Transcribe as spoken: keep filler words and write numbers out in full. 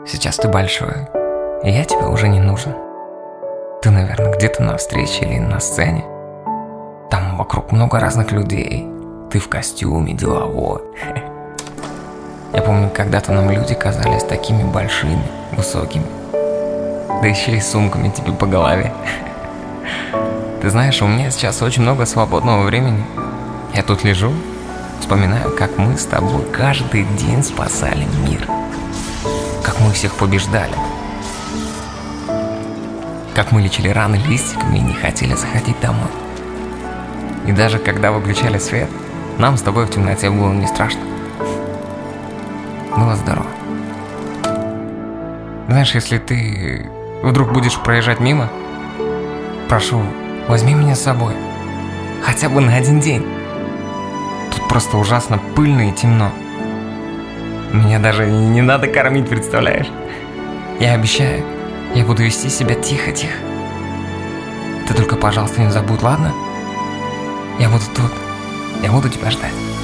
Сейчас ты большой, и я тебе уже не нужен. Ты, наверное, где-то на встрече или на сцене. Там вокруг много разных людей. Ты в костюме, деловой. Я помню, когда-то нам люди казались такими большими, высокими. Да еще и сумками тебе по голове. Ты знаешь, у меня сейчас очень много свободного времени. Я тут лежу, вспоминаю, как мы с тобой каждый день спасали мир. Как мы всех побеждали. Как мы лечили раны листиками и не хотели заходить домой. И даже когда выключали свет, нам с тобой в темноте было не страшно. Было здорово. Знаешь, если ты вдруг будешь проезжать мимо, прошу, возьми меня с собой. Хотя бы на один день. Тут просто ужасно пыльно и темно. Меня даже не надо кормить, представляешь? Я обещаю, я буду вести себя тихо-тихо. Ты только, пожалуйста, не забудь, ладно? Я буду тут. Я буду тебя ждать.